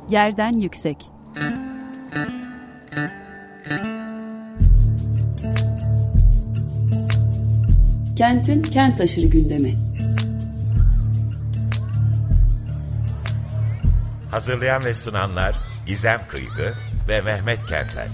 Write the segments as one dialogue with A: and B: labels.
A: Yerden yüksek. Kentin kent aşırı gündemi.
B: Hazırlayan ve sunanlar Gizem Kıygı ve Mehmet Kentel.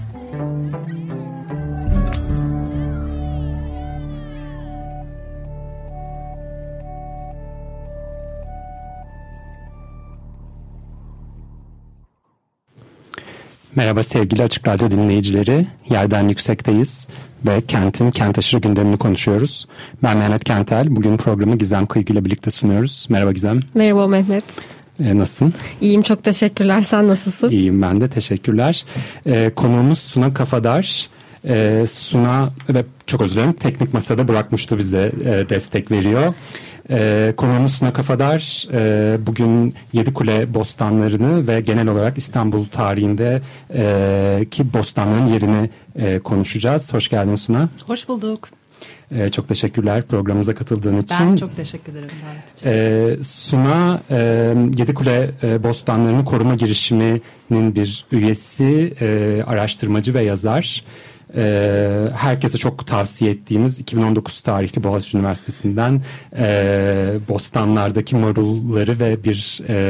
C: Merhaba sevgili Açık Radyo dinleyicileri. Yerden yüksekteyiz ve kentin kent aşırı gündemini konuşuyoruz. Ben Mehmet Kentel. Bugün programı Gizem Kıygı ile birlikte sunuyoruz. Merhaba Gizem.
D: Merhaba Mehmet.
C: Nasılsın?
D: İyiyim, çok teşekkürler. Sen nasılsın?
C: İyiyim ben de, teşekkürler. Konuğumuz Suna Kafadar. Suna ve çok özür dilerim, teknik masada bırakmıştı, bize destek veriyor. Konuğumuz Suna Kafadar. Bugün Yedikule bostanlarını ve genel olarak İstanbul tarihinde ki bostanların yerini konuşacağız. Hoş geldin Suna.
E: Hoş bulduk.
C: Çok teşekkürler programımıza katıldığın için.
E: Ben çok teşekkür ederim.
C: Suna Yedikule bostanlarını koruma girişiminin bir üyesi, araştırmacı ve yazar. Herkese çok tavsiye ettiğimiz 2019 tarihli Boğaziçi Üniversitesi'nden bostanlardaki marulları ve bir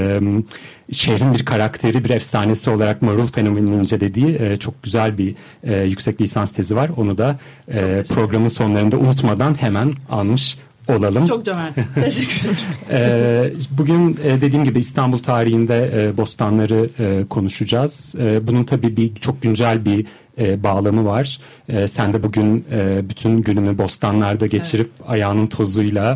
C: şehrin bir karakteri, bir efsanesi olarak marul fenomenini incelediği çok güzel bir yüksek lisans tezi var. Onu da programın sonlarında unutmadan hemen almış olalım.
E: Çok cömertsin. Teşekkür ederim.
C: Bugün dediğim gibi İstanbul tarihinde bostanları konuşacağız. Bunun tabii çok güncel bir bağlamı var. Sen de bugün bütün gününü bostanlarda geçirip ayağının tozuyla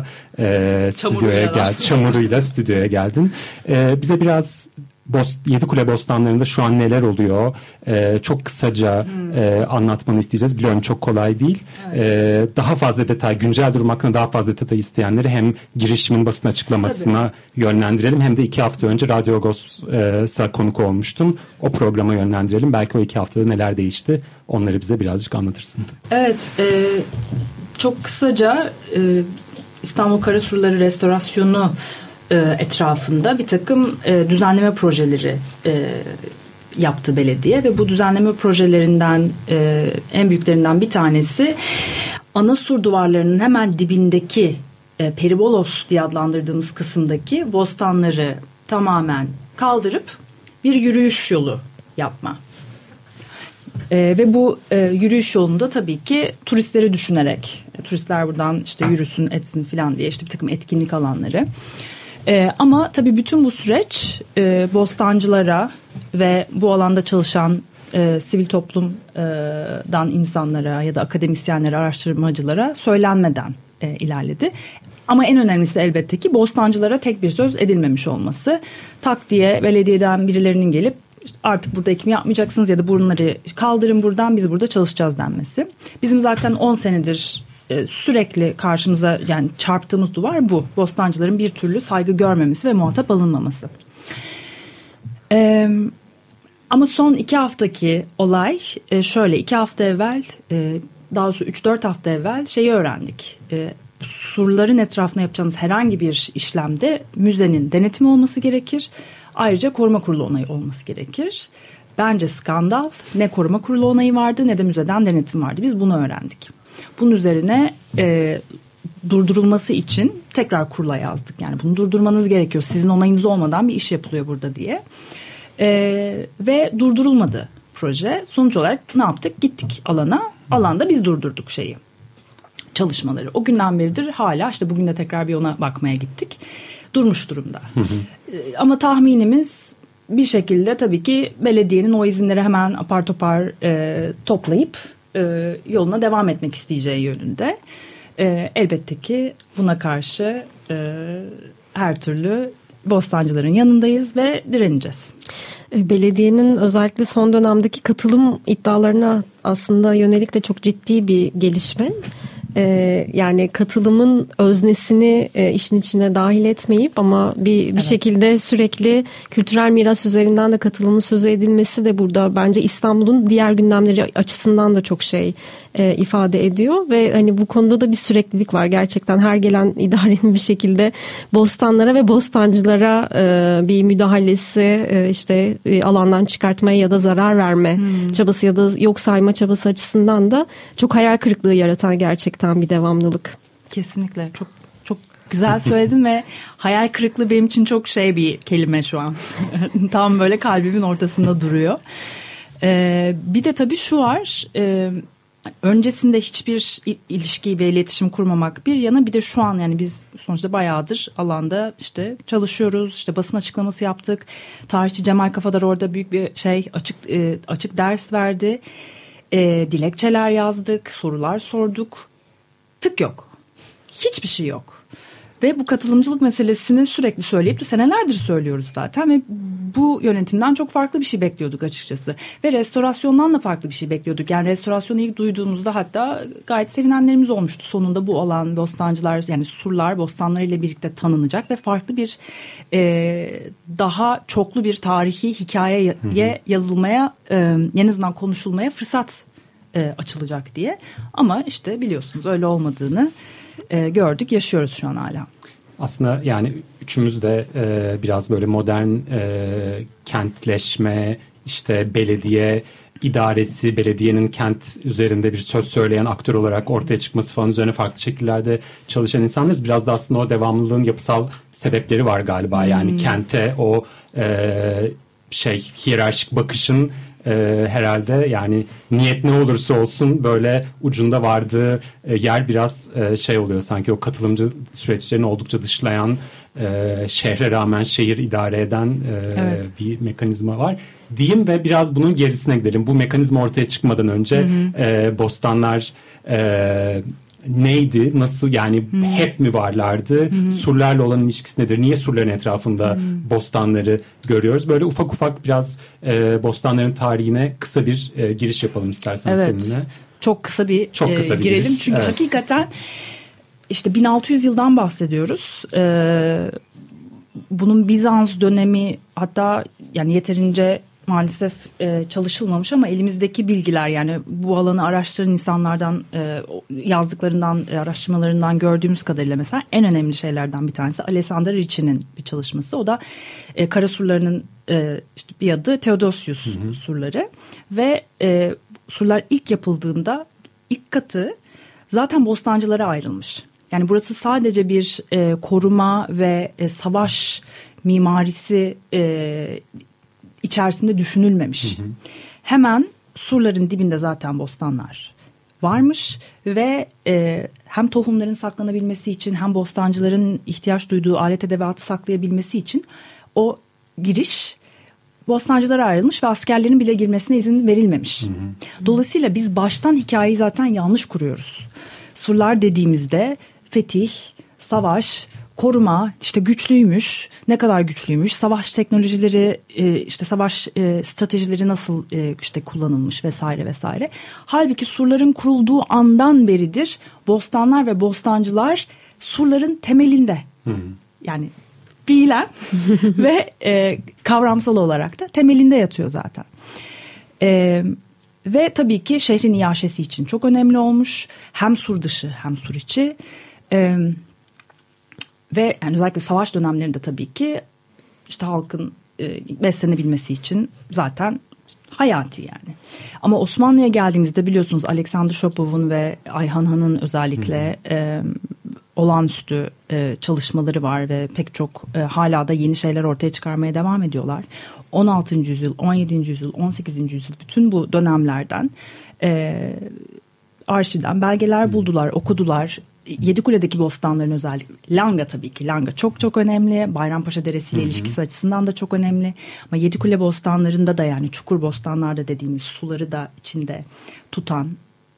C: çamuruyla stüdyoya geldin. Bize biraz Yedikule bostanlarında şu an neler oluyor? Çok kısaca anlatmanı isteyeceğiz. Biliyorum çok kolay değil. Evet. Daha fazla detay, güncel durum hakkında daha fazla detay isteyenleri hem girişimin basın açıklamasına yönlendirelim, hem de 2 hafta önce Radyo Agos'a konuk olmuştun. O programa yönlendirelim. Belki o 2 haftada neler değişti? Onları bize birazcık anlatırsın.
E: Evet. Çok kısaca İstanbul Karasurları restorasyonu etrafında bir takım düzenleme projeleri yaptı belediye ve bu düzenleme projelerinden en büyüklerinden bir tanesi ana sur duvarlarının hemen dibindeki peribolos diye adlandırdığımız kısımdaki bostanları tamamen kaldırıp bir yürüyüş yolu yapma. Ve bu yürüyüş yolunda tabii ki turistleri düşünerek, turistler buradan işte yürüsün etsin falan diye işte bir takım etkinlik alanları. Ama tabii bütün bu süreç bostancılara ve bu alanda çalışan sivil toplumdan insanlara ya da akademisyenlere, araştırmacılara söylenmeden ilerledi. Ama en önemlisi elbette ki bostancılara tek bir söz edilmemiş olması. Tak diye belediyeden birilerinin gelip artık burada ekim yapmayacaksınız ya da bunları kaldırın buradan, biz burada çalışacağız denmesi. Bizim zaten 10 senedir sürekli karşımıza yani çarptığımız duvar bu. Bostancıların bir türlü saygı görmemesi ve muhatap alınmaması. Ama son 2 haftaki olay şöyle, 2 hafta evvel, daha doğrusu 3-4 hafta evvel şeyi öğrendik. Surların etrafına yapacağınız herhangi bir işlemde müzenin denetimi olması gerekir. Ayrıca koruma kurulu onayı olması gerekir. Bence skandal. Ne koruma kurulu onayı vardı ne de müzeden denetim vardı. Biz bunu öğrendik. Bunun üzerine durdurulması için tekrar kurula yazdık. Yani bunu durdurmanız gerekiyor. Sizin onayınız olmadan bir iş yapılıyor burada diye. Ve durdurulmadı proje. Sonuç olarak ne yaptık? Gittik alana. Alanda biz durdurduk çalışmaları. O günden beridir hala işte bugün de tekrar bir ona bakmaya gittik. Durmuş durumda. Ama tahminimiz bir şekilde tabii ki belediyenin o izinleri hemen apar topar toplayıp yoluna devam etmek isteyeceği yönünde. Elbette ki buna karşı her türlü bostancıların yanındayız ve direneceğiz.
D: Belediyenin özellikle son dönemdeki katılım iddialarına aslında yönelik de çok ciddi bir gelişme. Yani katılımın öznesini işin içine dahil etmeyip ama bir şekilde sürekli kültürel miras üzerinden de katılımın sözü edilmesi de burada bence İstanbul'un diğer gündemleri açısından da çok şey ifade ediyor ve hani bu konuda da bir süreklilik var. Gerçekten her gelen idarenin bir şekilde bostanlara ve bostancılara bir müdahalesi, işte alandan çıkartmaya ya da zarar verme çabası ya da yok sayma çabası açısından da çok hayal kırıklığı yaratan gerçekten bir devamlılık.
E: Kesinlikle çok çok güzel söyledin ve hayal kırıklığı benim için çok bir kelime şu an. Tam böyle kalbimin ortasında duruyor. Bir de tabii şu var. Öncesinde hiçbir ilişki ve iletişim kurmamak bir yana, bir de şu an yani biz sonuçta bayağıdır alanda işte çalışıyoruz, işte basın açıklaması yaptık. Tarihçi Cemal Kafadar orada büyük bir açık ders verdi. Dilekçeler yazdık, sorular sorduk. Tık yok. Hiçbir şey yok. Ve bu katılımcılık meselesini sürekli söyleyip senelerdir söylüyoruz zaten ve bu yönetimden çok farklı bir şey bekliyorduk açıkçası. Ve restorasyondan da farklı bir şey bekliyorduk. Yani restorasyonu ilk duyduğumuzda hatta gayet sevinenlerimiz olmuştu. Sonunda bu alan bostancılar, yani surlar bostanlarıyla birlikte tanınacak ve farklı bir daha çoklu bir tarihi hikayeye yazılmaya, en azından konuşulmaya fırsat açılacak diye. Ama işte biliyorsunuz öyle olmadığını gördük, yaşıyoruz şu an hala.
C: Aslında yani üçümüz de biraz böyle modern kentleşme, işte belediye idaresi, belediyenin kent üzerinde bir söz söyleyen aktör olarak ortaya çıkması falan üzerine farklı şekillerde çalışan insanlarız. Biraz da aslında o devamlılığın yapısal sebepleri var galiba. Yani kente o hiyerarşik bakışın herhalde yani niyet ne olursa olsun böyle ucunda vardığı yer biraz oluyor sanki, o katılımcı süreçlerini oldukça dışlayan, şehre rağmen şehir idare eden bir mekanizma var diyeyim ve biraz bunun gerisine gidelim. Bu mekanizma ortaya çıkmadan önce bostanlar neydi? Nasıl, yani hep mi varlardı? Surlarla olan ilişkisi nedir? Niye surların etrafında bostanları görüyoruz? Böyle ufak ufak biraz bostanların tarihine kısa bir giriş yapalım istersen seninle.
E: Çok kısa bir girelim. Giriş. Çünkü hakikaten işte 1600 yıldan bahsediyoruz. Bunun Bizans dönemi, hatta yani yeterince maalesef çalışılmamış ama elimizdeki bilgiler, yani bu alanı araştıran insanlardan yazdıklarından, araştırmalarından gördüğümüz kadarıyla mesela en önemli şeylerden bir tanesi Alessandro Ricci'nin bir çalışması. O da kara surlarının işte bir adı Theodosius surları ve surlar ilk yapıldığında ilk katı zaten bostancılara ayrılmış. Yani burası sadece bir koruma ve savaş mimarisi içerisinde düşünülmemiş. Hemen surların dibinde zaten bostanlar varmış ve hem tohumların saklanabilmesi için hem bostancıların ihtiyaç duyduğu alet edevatı saklayabilmesi için o giriş bostancılara ayrılmış ve askerlerin bile girmesine izin verilmemiş. Dolayısıyla biz baştan hikayeyi zaten yanlış kuruyoruz. Surlar dediğimizde fetih, savaş, koruma, işte güçlüymüş, ne kadar güçlüymüş, savaş teknolojileri, işte savaş stratejileri nasıl işte kullanılmış vesaire vesaire. Halbuki surların kurulduğu andan beridir bostanlar ve bostancılar surların temelinde. Yani fiilen ve kavramsal olarak da temelinde yatıyor zaten. Ve tabii ki şehrin iaşesi için çok önemli olmuş. Hem sur dışı hem sur içi. Ve yani özellikle savaş dönemlerinde tabii ki işte halkın beslenebilmesi için zaten hayati yani. Ama Osmanlı'ya geldiğimizde biliyorsunuz Alexander Shopov'un ve Ayhan Han'ın özellikle olağanüstü çalışmaları var ve pek çok hala da yeni şeyler ortaya çıkarmaya devam ediyorlar. 16. yüzyıl, 17. yüzyıl, 18. yüzyıl bütün bu dönemlerden arşivden belgeler buldular, okudular. Yedikule'deki bostanların özellikle Langa, tabii ki Langa çok çok önemli. Bayrampaşa Deresi ile ilişkisi açısından da çok önemli. Ama Yedikule bostanlarında da, yani çukur bostanlarda dediğimiz suları da içinde tutan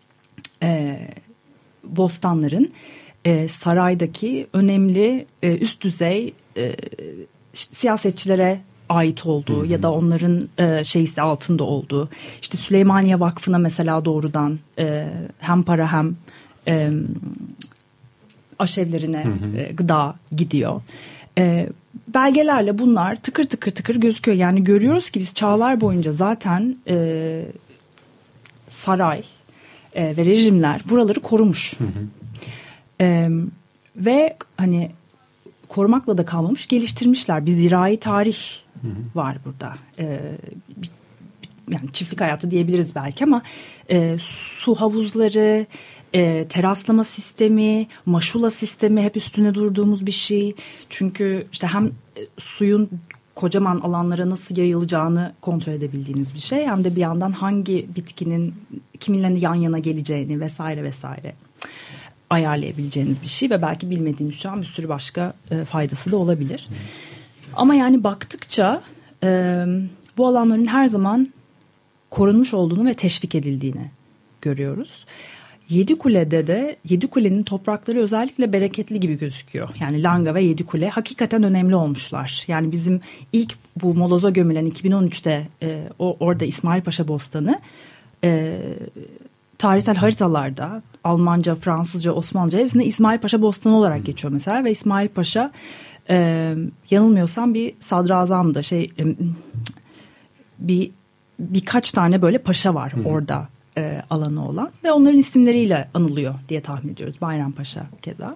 E: bostanların saraydaki önemli üst düzey siyasetçilere ait olduğu ya da onların şeysi altında olduğu, işte Süleymaniye Vakfı'na mesela doğrudan hem para hem aşevlerine gıda gidiyor. Belgelerle bunlar tıkır tıkır gözüküyor. Yani görüyoruz ki biz çağlar boyunca zaten saray ve rejimler buraları korumuş. Ve hani korumakla da kalmamış, geliştirmişler. Bir zirai tarih var burada. Yani çiftlik hayatı diyebiliriz belki ama su havuzları, teraslama sistemi, maşula sistemi hep üstüne durduğumuz bir şey. Çünkü işte hem suyun kocaman alanlara nasıl yayılacağını kontrol edebildiğiniz bir şey, hem de bir yandan hangi bitkinin kiminle yan yana geleceğini vesaire ayarlayabileceğiniz bir şey ve belki bilmediğimiz şu an bir sürü başka faydası da olabilir. Ama yani baktıkça bu alanların her zaman korunmuş olduğunu ve teşvik edildiğini görüyoruz. Yedikule'de de Yedikule'nin toprakları özellikle bereketli gibi gözüküyor. Yani Langa ve Yedikule hakikaten önemli olmuşlar. Yani bizim ilk bu moloza gömülen 2013'te orada İsmail Paşa Bostanı tarihsel haritalarda Almanca, Fransızca, Osmanlıca hepsinde İsmail Paşa Bostanı olarak geçiyor mesela ve İsmail Paşa yanılmıyorsam bir sadrazamdı. Birkaç tane böyle paşa var orada alanı olan ve onların isimleriyle anılıyor diye tahmin ediyoruz. Bayrampaşa keza.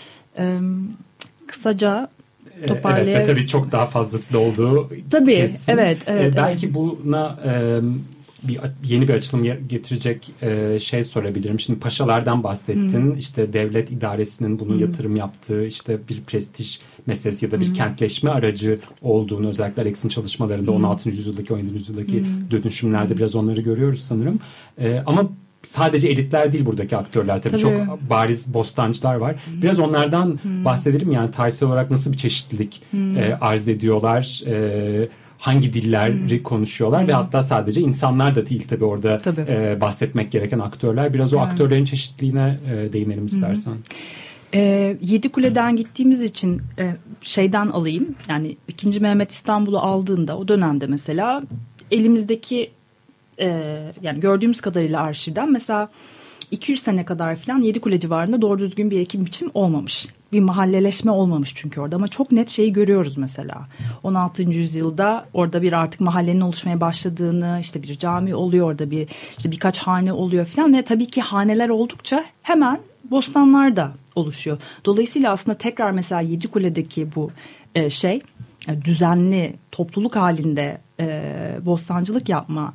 E: Kısaca toparlayabilirim.
C: Evet, tabii çok daha fazlası da olduğu
E: tabii,
C: kesin.
E: Evet.
C: Belki buna yeni bir açılım getirecek şey sorabilirim. Şimdi paşalardan bahsettin. İşte devlet idaresinin bunu yatırım yaptığı, işte bir prestij meselesi ya da bir kentleşme aracı olduğunu, özellikle Alex'in çalışmalarında 16. yüzyıldaki 17. yüzyıldaki dönüşümlerde biraz onları görüyoruz sanırım. Ama sadece elitler değil buradaki aktörler. Tabii çok bariz bostancılar var. Biraz onlardan bahsedelim. Yani tarihsel olarak nasıl bir çeşitlilik arz ediyorlar? Hangi dilleri konuşuyorlar ve hatta sadece insanlar da değil tabii orada bahsetmek gereken aktörler. Biraz o aktörlerin çeşitliliğine değinelim istersen.
E: Yedikule'den gittiğimiz için şeyden alayım. Yani 2. Mehmet İstanbul'u aldığında o dönemde mesela elimizdeki yani gördüğümüz kadarıyla arşivden mesela 200 sene kadar falan Yedikule civarında doğru düzgün bir ekim biçim olmamış. Bir mahalleleşme olmamış çünkü orada, ama çok net şeyi görüyoruz mesela. 16. yüzyılda orada bir artık mahallenin oluşmaya başladığını, işte bir cami oluyor orada, işte birkaç hane oluyor falan ve tabii ki haneler oldukça hemen bostanlar da oluşuyor. Dolayısıyla aslında tekrar mesela Yedikule'deki bu düzenli topluluk halinde bostancılık yapma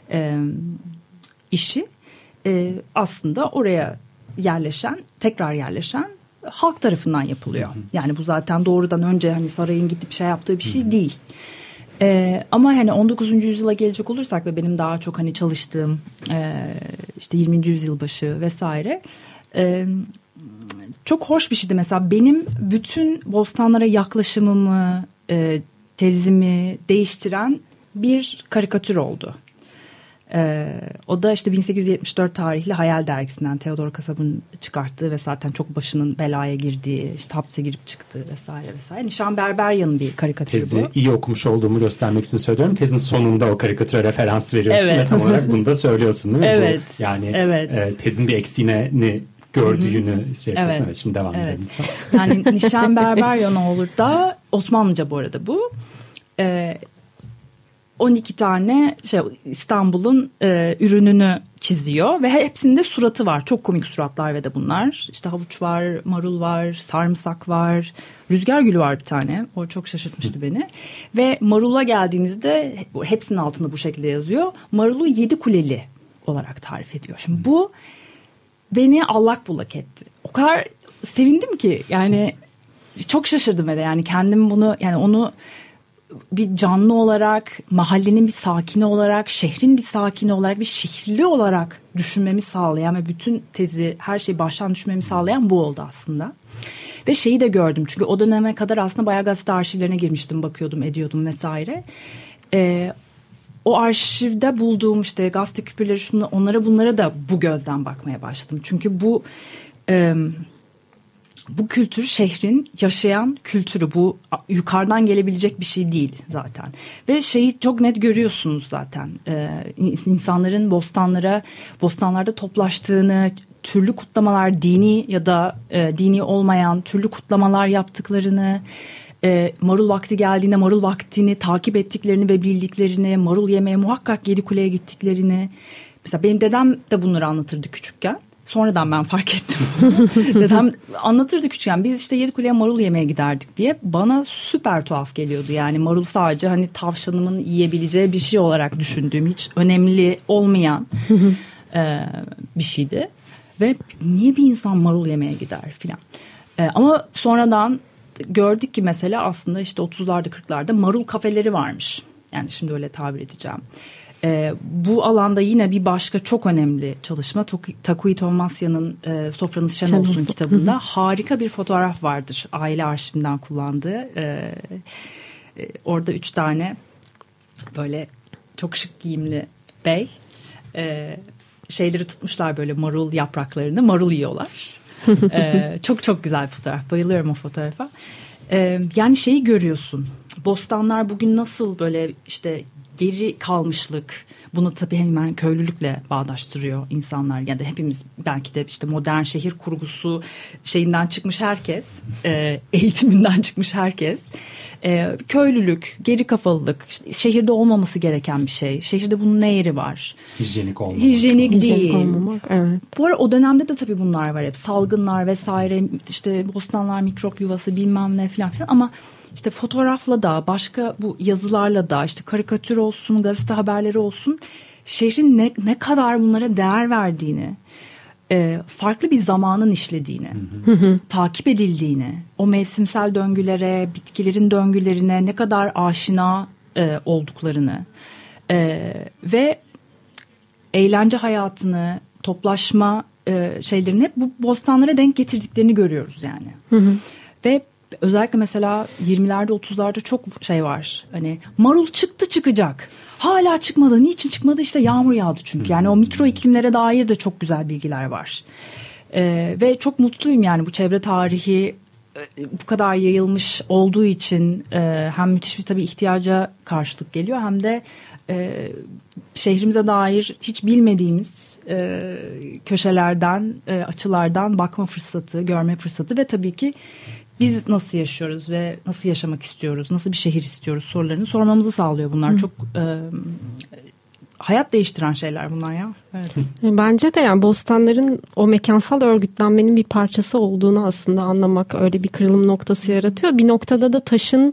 E: işi aslında oraya tekrar yerleşen halk tarafından yapılıyor. Yani bu zaten doğrudan önce hani sarayın gidip şey yaptığı bir şey değil. Ama hani 19. yüzyıla gelecek olursak ve benim daha çok hani çalıştığım işte 20. yüzyıl başı vesaire çok hoş bir şeydi. Mesela benim bütün bostanlara yaklaşımımı, tezimi değiştiren bir karikatür oldu. O da işte 1874 tarihli Hayal dergisinden Theodor Kasab'ın çıkarttığı ve zaten çok başının belaya girdiği, işte hapse girip çıktığı vesaire. Nişan Berberya'nın bir karikatürü
C: Tezi
E: bu.
C: iyi okumuş olduğumu göstermek için söylüyorum. Tezin sonunda o karikatüre referans veriyorsun ve tam olarak bunu da söylüyorsun değil mi?
E: Evet.
C: Bu, yani tezin bir eksiğini gördüğünü yapıyorsun. Evet, şimdi devam edelim.
E: Yani Nişan Berberya'nın da Osmanlıca bu arada bu. 12 tane İstanbul'un ürününü çiziyor ve hepsinde suratı var. Çok komik suratlar ve de bunlar. İşte havuç var, marul var, sarımsak var, rüzgar gülü var bir tane. O çok şaşırtmıştı beni. Ve marula geldiğimizde hepsinin altında bu şekilde yazıyor. Marulu Yedikuleli olarak tarif ediyor. Şimdi bu beni allak bullak etti. O kadar sevindim ki yani çok şaşırdım ve de yani kendim bunu, yani onu bir canlı olarak, mahallenin bir sakini olarak, şehrin bir sakini olarak, bir şehirli olarak düşünmemi sağlayan ve bütün tezi, her şeyi baştan düşünmemi sağlayan bu oldu aslında. Ve şeyi de gördüm çünkü o döneme kadar aslında bayağı gazete arşivlerine girmiştim, bakıyordum, ediyordum vesaire. O arşivde bulduğum işte gazete küpürleri, onlara da bu gözden bakmaya başladım. Çünkü bu kültür şehrin yaşayan kültürü, bu yukarıdan gelebilecek bir şey değil zaten. Ve şeyi çok net görüyorsunuz zaten, insanların bostanlarda toplaştığını, türlü kutlamalar, dini ya da dini olmayan türlü kutlamalar yaptıklarını, marul vakti geldiğinde marul vaktini takip ettiklerini ve bildiklerini, marul yemeye muhakkak Yedikule'ye gittiklerini. Mesela benim dedem de bunları anlatırdı küçükken. Sonradan ben fark ettim. Dedem anlatırdı küçükken. Biz işte Yedikule'ye marul yemeye giderdik diye. Bana süper tuhaf geliyordu. Yani marul sadece hani tavşanımın yiyebileceği bir şey olarak düşündüğüm, hiç önemli olmayan bir şeydi. Ve niye bir insan marul yemeye gider filan. Ama sonradan gördük ki mesela aslında işte 30'larda 40'larda marul kafeleri varmış. Yani şimdi öyle tabir edeceğim. Bu alanda yine bir başka çok önemli çalışma Takuya Tomasya'nın Sofranız Şen Olsun kitabında harika bir fotoğraf vardır. Aile arşivinden kullandığı. Orada 3 tane böyle çok şık giyimli bey şeyleri tutmuşlar, böyle marul yapraklarını, marul yiyorlar. Çok çok güzel bir fotoğraf. Bayılıyorum o fotoğrafa. Yani şeyi görüyorsun. Bostanlar bugün nasıl böyle işte geri kalmışlık, bunu tabii hemen köylülükle bağdaştırıyor insanlar. Yani hepimiz belki de işte modern şehir kurgusu şeyinden çıkmış herkes, eğitiminden çıkmış herkes. Köylülük, geri kafalılık, işte şehirde olmaması gereken bir şey. Şehirde bunun ne yeri var?
C: Hijyenik olmamak.
E: Hijyenik değil.
D: Olmamak, evet.
E: Bu arada o dönemde de tabii bunlar var hep. Salgınlar vesaire, işte bostanlar, mikrop yuvası bilmem ne falan filan, ama İşte fotoğrafla da, başka bu yazılarla da, işte karikatür olsun, gazete haberleri olsun, şehrin ne kadar bunlara değer verdiğini, farklı bir zamanın işlediğini, takip edildiğini, o mevsimsel döngülere, bitkilerin döngülerine ne kadar aşina olduklarını ve eğlence hayatını, toplaşma şeylerini hep bu bostanlara denk getirdiklerini görüyoruz yani. Ve özellikle mesela 20'lerde 30'larda çok şey var. Hani marul çıktı çıkacak. Hala çıkmadı. Niçin çıkmadı? İşte yağmur yağdı çünkü. Yani o mikro iklimlere dair de çok güzel bilgiler var. Ve çok mutluyum yani bu çevre tarihi bu kadar yayılmış olduğu için hem müthiş bir tabii ihtiyaca karşılık geliyor, hem de şehrimize dair hiç bilmediğimiz köşelerden, açılardan bakma fırsatı, görme fırsatı ve tabii ki biz nasıl yaşıyoruz ve nasıl yaşamak istiyoruz, nasıl bir şehir istiyoruz sorularını sormamızı sağlıyor bunlar. Çok hayat değiştiren şeyler bunlar ya. Evet.
D: Bence de yani bostanların o mekansal örgütlenmenin bir parçası olduğunu aslında anlamak öyle bir kırılım noktası yaratıyor. Bir noktada da taşın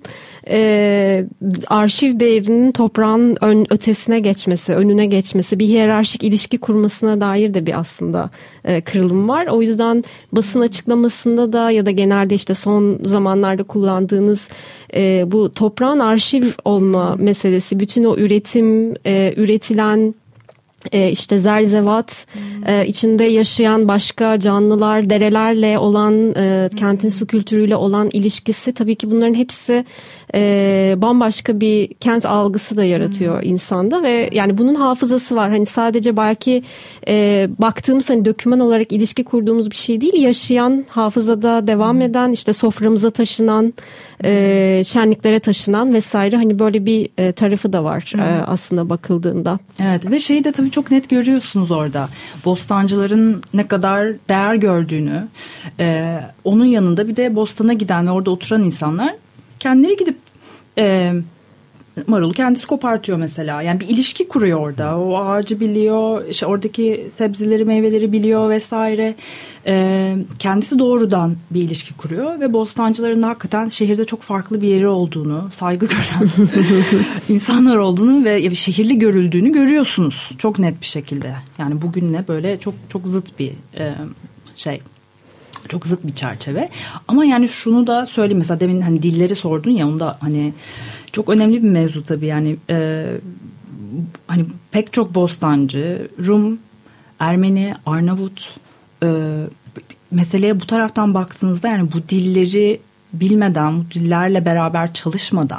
D: arşiv değerinin toprağın ötesine geçmesi, önüne geçmesi, bir hiyerarşik ilişki kurmasına dair de bir aslında kırılım var. O yüzden basın açıklamasında da ya da genelde işte son zamanlarda kullandığınız bu toprağın arşiv olma meselesi, bütün o üretim, üretilen işte zerzevat, içinde yaşayan başka canlılar, derelerle olan, kentin su kültürüyle olan ilişkisi, tabii ki bunların hepsi bambaşka bir kent algısı da yaratıyor insanda ve yani bunun hafızası var. Hani sadece belki baktığımız hani doküman olarak ilişki kurduğumuz bir şey değil, yaşayan, hafızada devam eden, işte soframıza taşınan, şenliklere taşınan vesaire, hani böyle bir tarafı da var aslında bakıldığında.
E: Evet ve şeyi de tabii çok net görüyorsunuz orada. Bostancıların ne kadar değer gördüğünü, onun yanında bir de bostana giden ve orada oturan insanlar kendileri gidip marulu kendisi kopartıyor mesela. Yani bir ilişki kuruyor orada. O ağacı biliyor, işte oradaki sebzeleri, meyveleri biliyor vesaire. Kendisi doğrudan bir ilişki kuruyor ve bostancıların da hakikaten şehirde çok farklı bir yeri olduğunu, saygı gören insanlar olduğunu ve şehirli görüldüğünü görüyorsunuz çok net bir şekilde. Yani bugünle böyle çok çok zıt bir şey. Çok zıt bir çerçeve. Ama yani şunu da söyleyeyim, mesela demin hani dilleri sordun ya, onda hani çok önemli bir mevzu tabii yani hani pek çok bostancı, Rum, Ermeni, Arnavut meseleye bu taraftan baktığınızda yani bu dilleri bilmeden, bu dillerle beraber çalışmadan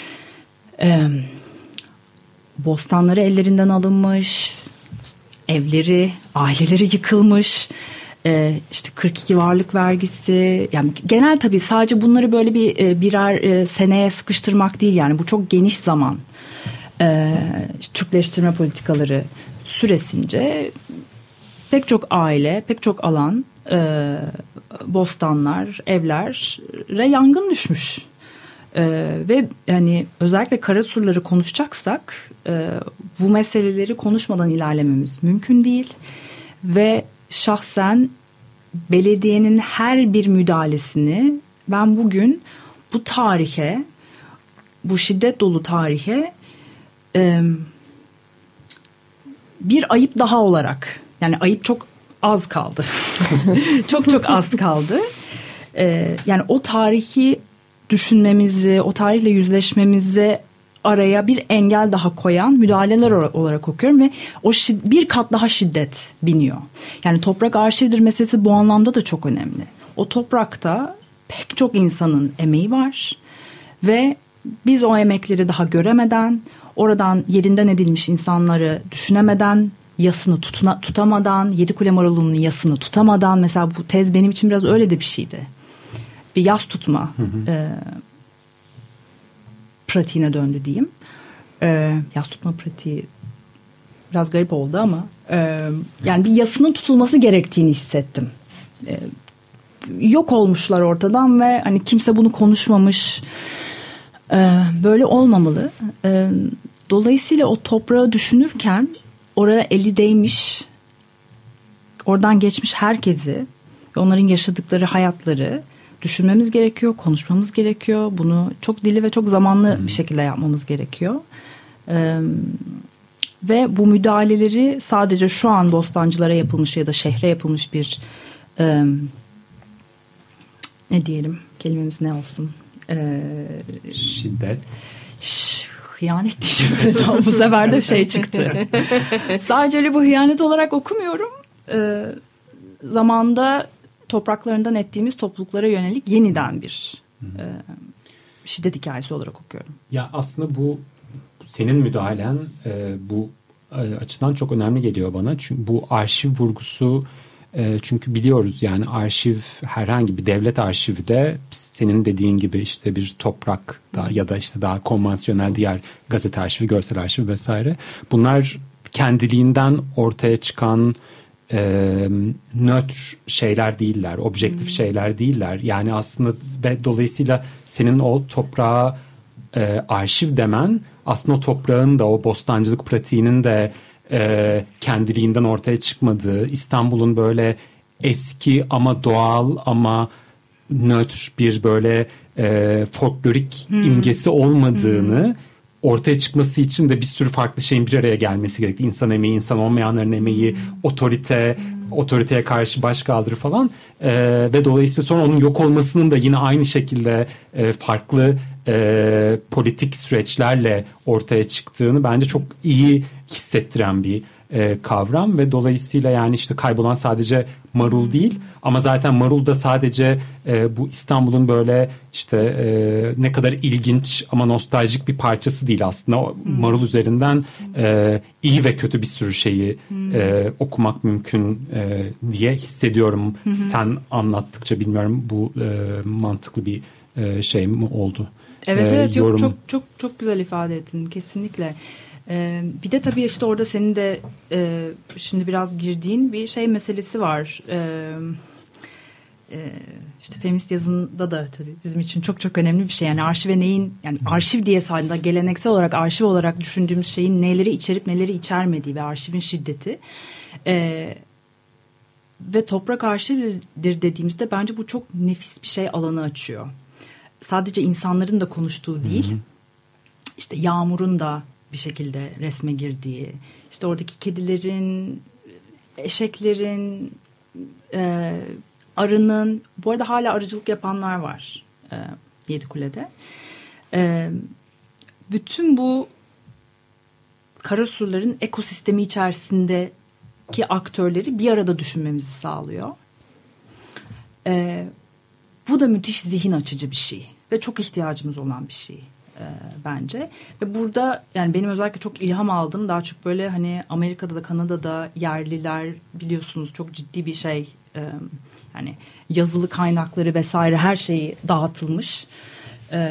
E: bostanları ellerinden alınmış, evleri, aileleri yıkılmış. İşte 42 varlık vergisi, yani genel tabii sadece bunları böyle birer seneye sıkıştırmak değil, yani bu çok geniş zaman. İşte Türkleştirme politikaları süresince pek çok aile, pek çok alan, bostanlar, evlere yangın düşmüş. Ve yani özellikle karasurları konuşacaksak bu meseleleri konuşmadan ilerlememiz mümkün değil. Ve şahsen belediyenin her bir müdahalesini ben bugün bu tarihe, bu şiddet dolu tarihe bir ayıp daha olarak, yani ayıp çok az kaldı. çok az kaldı. Yani o tarihi düşünmemizi, o tarihle yüzleşmemizi araya bir engel daha koyan müdahaleler olarak okuyorum ve o bir kat daha şiddet biniyor. Yani toprak arşivdir meselesi bu anlamda da çok önemli. O toprakta pek çok insanın emeği var ve biz o emekleri daha göremeden, oradan yerinden edilmiş insanları düşünemeden, yasını tutamadan, Yedikule Marulu'nun yasını tutamadan, mesela bu tez benim için biraz öyle de bir şeydi. Bir yas tutma pratiğine döndü diyeyim. Yas tutma pratiği biraz garip oldu ama yani bir yasının tutulması gerektiğini hissettim. Yok olmuşlar ortadan ve hani kimse bunu konuşmamış. Böyle olmamalı. Dolayısıyla o toprağı düşünürken oraya eli değmiş, oradan geçmiş herkesi ve onların yaşadıkları hayatları düşünmemiz gerekiyor, konuşmamız gerekiyor. Bunu çok dili ve çok zamanlı bir şekilde yapmamız gerekiyor. Ve bu müdahaleleri sadece şu an bostancılara yapılmış ya da şehre yapılmış bir ne diyelim, kelimemiz ne olsun?
C: Şiddet.
E: Hıyanet diyeceğim. Bu sefer de şey çıktı. Sadece bu hıyanet olarak okumuyorum. Zamanda topraklarından ettiğimiz topluluklara yönelik yeniden bir şiddet hikayesi olarak okuyorum.
C: Ya aslında bu senin müdahalen bu açıdan çok önemli geliyor bana. Çünkü bu arşiv vurgusu, çünkü biliyoruz yani arşiv, herhangi bir devlet arşivi de senin dediğin gibi işte bir toprakta ya da işte daha konvansiyonel diğer gazete arşivi, görsel arşivi vesaire. Bunlar kendiliğinden ortaya çıkan nötr şeyler değiller, objektif şeyler değiller. Yani aslında ve dolayısıyla senin o toprağa arşiv demen aslında o toprağın da, o bostancılık pratiğinin de kendiliğinden ortaya çıkmadığı, İstanbul'un böyle eski ama doğal ama nötr bir böyle folklorik imgesi olmadığını ortaya çıkması için de bir sürü farklı şeyin bir araya gelmesi gerekti. İnsan emeği, insan olmayanların emeği, otoriteye karşı başkaldırı falan ve dolayısıyla sonra onun yok olmasının da yine aynı şekilde farklı politik süreçlerle ortaya çıktığını bence çok iyi hissettiren bir kavram ve dolayısıyla yani işte kaybolan sadece marul değil ama zaten marul da sadece bu İstanbul'un böyle işte ne kadar ilginç ama nostaljik bir parçası değil aslında. O marul üzerinden iyi ve kötü bir sürü şeyi okumak mümkün diye hissediyorum. Sen anlattıkça, bilmiyorum bu mantıklı bir şey mi oldu?
E: Evet, yok, çok güzel ifade ettin kesinlikle. Bir de tabii işte orada senin de şimdi biraz girdiğin bir şey meselesi var. İşte feminist yazında da tabii bizim için çok önemli bir şey. Yani arşive neyin, yani arşiv diye sadece geleneksel olarak arşiv olarak düşündüğümüz şeyin neleri içerip neleri içermediği ve arşivin şiddeti. Ve toprak arşivdir dediğimizde bence bu çok nefis bir şey, alanı açıyor. Sadece insanların da konuştuğu değil, işte yağmurun da bir şekilde resme girdiği, işte oradaki kedilerin, eşeklerin, arının, bu arada hala arıcılık yapanlar var Yedikule'de. Bütün bu karasurların ekosistemi içerisindeki aktörleri bir arada düşünmemizi sağlıyor. Bu da müthiş zihin açıcı bir şey ve çok ihtiyacımız olan bir şey bence. Ve burada yani benim özellikle çok ilham aldığım, daha çok böyle hani Amerika'da da Kanada'da yerliler biliyorsunuz çok ciddi bir şey, yani yazılı kaynakları vesaire her şeyi dağıtılmış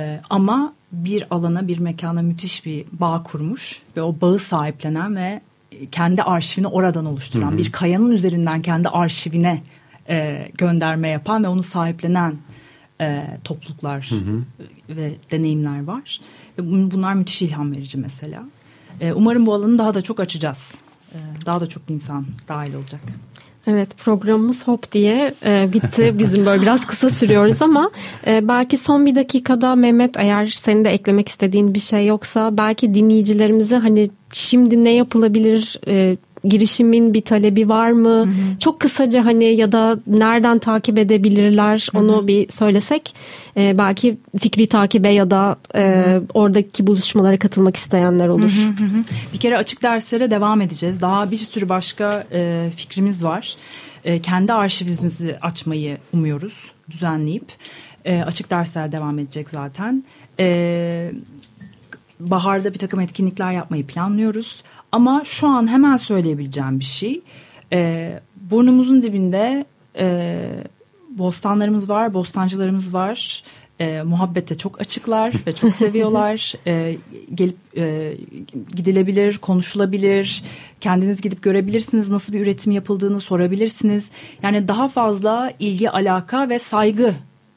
E: ama bir alana, bir mekana müthiş bir bağ kurmuş ve o bağı sahiplenen ve kendi arşivini oradan oluşturan, bir kayanın üzerinden kendi arşivine gönderme yapan ve onu sahiplenen topluluklar ve deneyimler var. Bunlar müthiş ilham verici mesela. Umarım bu alanı daha da çok açacağız. Daha da çok insan dahil olacak.
D: Evet, programımız hop diye bitti. Bizim böyle biraz kısa sürüyoruz ama belki son bir dakikada Mehmet, eğer senin de eklemek istediğin bir şey yoksa belki dinleyicilerimize hani şimdi ne yapılabilir, girişimin bir talebi var mı? Çok kısaca hani ya da nereden takip edebilirler onu bir söylesek. Belki fikri takibe ya da oradaki buluşmalara katılmak isteyenler olur.
E: Bir kere açık derslere devam edeceğiz. Daha bir sürü başka fikrimiz var. Kendi arşivimizi açmayı umuyoruz, düzenleyip. Açık dersler devam edecek zaten. Baharda bir takım etkinlikler yapmayı planlıyoruz. Ama şu an hemen söyleyebileceğim bir şey. Burnumuzun dibinde bostanlarımız var, bostancılarımız var. Muhabbete çok açıklar ve çok seviyorlar. Gelip gidilebilir, konuşulabilir. Kendiniz gidip görebilirsiniz, nasıl bir üretim yapıldığını sorabilirsiniz. Yani daha fazla ilgi, alaka ve saygı.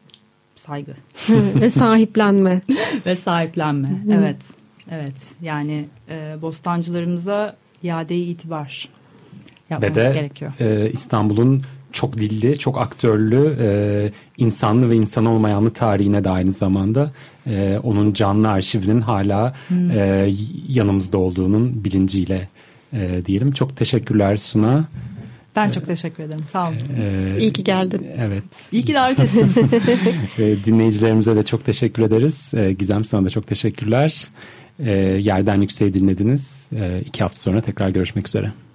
D: Ve sahiplenme.
E: Ve sahiplenme. Evet. Evet. Yani bostancılarımıza iade-i itibar yapmamız gerekiyor.
C: İstanbul'un çok dilli, çok aktörlü, insanlı ve insan olmayanlı tarihine de aynı zamanda onun canlı arşivinin hala yanımızda olduğunun bilinciyle diyelim. Çok teşekkürler Suna.
E: Ben çok teşekkür ederim. Sağ olun.
D: İyi ki geldin.
C: Evet.
E: İyi ki davet ettiniz.
C: Dinleyicilerimize de çok teşekkür ederiz. Gizem, sana da çok teşekkürler. Yerden Yükseği dinlediniz. 2 hafta sonra tekrar görüşmek üzere.